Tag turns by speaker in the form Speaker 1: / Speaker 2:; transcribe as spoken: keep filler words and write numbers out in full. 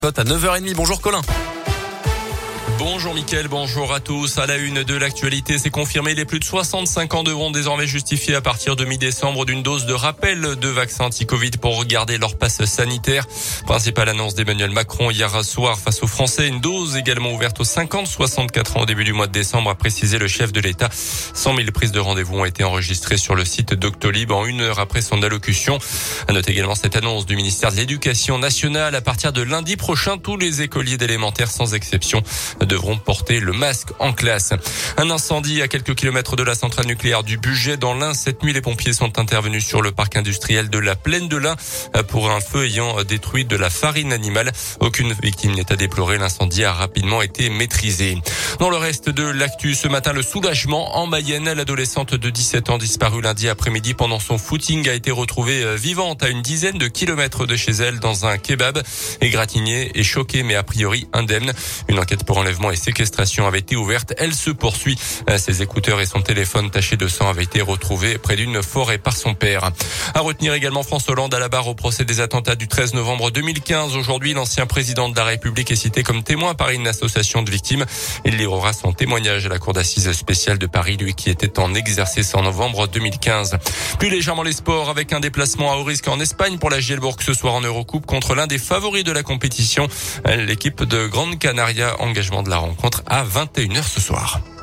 Speaker 1: À neuf heures trente, bonjour Colin.
Speaker 2: Bonjour Mickaël, bonjour à tous. À la une de l'actualité, c'est confirmé, les plus de soixante-cinq ans devront désormais justifier à partir de mi-décembre d'une dose de rappel de vaccin anti-Covid pour garder leur passe sanitaire. Principale annonce d'Emmanuel Macron hier soir face aux Français. Une dose également ouverte aux cinquante soixante-quatre ans au début du mois de décembre, a précisé le chef de l'État. cent mille prises de rendez-vous ont été enregistrées sur le site Doctolib en une heure après son allocution. À noter également cette annonce du ministère de l'Éducation nationale. À partir de lundi prochain, tous les écoliers d'élémentaire sans exception devront porter le masque en classe. Un incendie à quelques kilomètres de la centrale nucléaire du Bugey dans l'Ain. Cette nuit, les pompiers sont intervenus sur le parc industriel de la Plaine de l'Ain pour un feu ayant détruit de la farine animale. Aucune victime n'est à déplorer. L'incendie a rapidement été maîtrisé. Dans le reste de l'actu, ce matin, le soulagement en Mayenne. L'adolescente de dix-sept ans disparue lundi après-midi pendant son footing a été retrouvée vivante à une dizaine de kilomètres de chez elle dans un kebab. Égratignée et choquée, mais a priori indemne. Une enquête pour enlèvement et séquestration avait été ouverte. Elle se poursuit. Ses écouteurs et son téléphone taché de sang avaient été retrouvés près d'une forêt par son père. À retenir également François Hollande à la barre au procès des attentats du treize novembre deux mille quinze. Aujourd'hui, l'ancien président de la République est cité comme témoin par une association de victimes. Il livrera son témoignage à la cour d'assises spéciale de Paris, lui qui était en exercice en novembre deux mille quinze. Plus légèrement les sports avec un déplacement à haut risque en Espagne pour la Gielbourg ce soir en Eurocoupe contre l'un des favoris de la compétition, l'équipe de Grande Canaria. Engagement de la rencontre à vingt et une heures ce soir.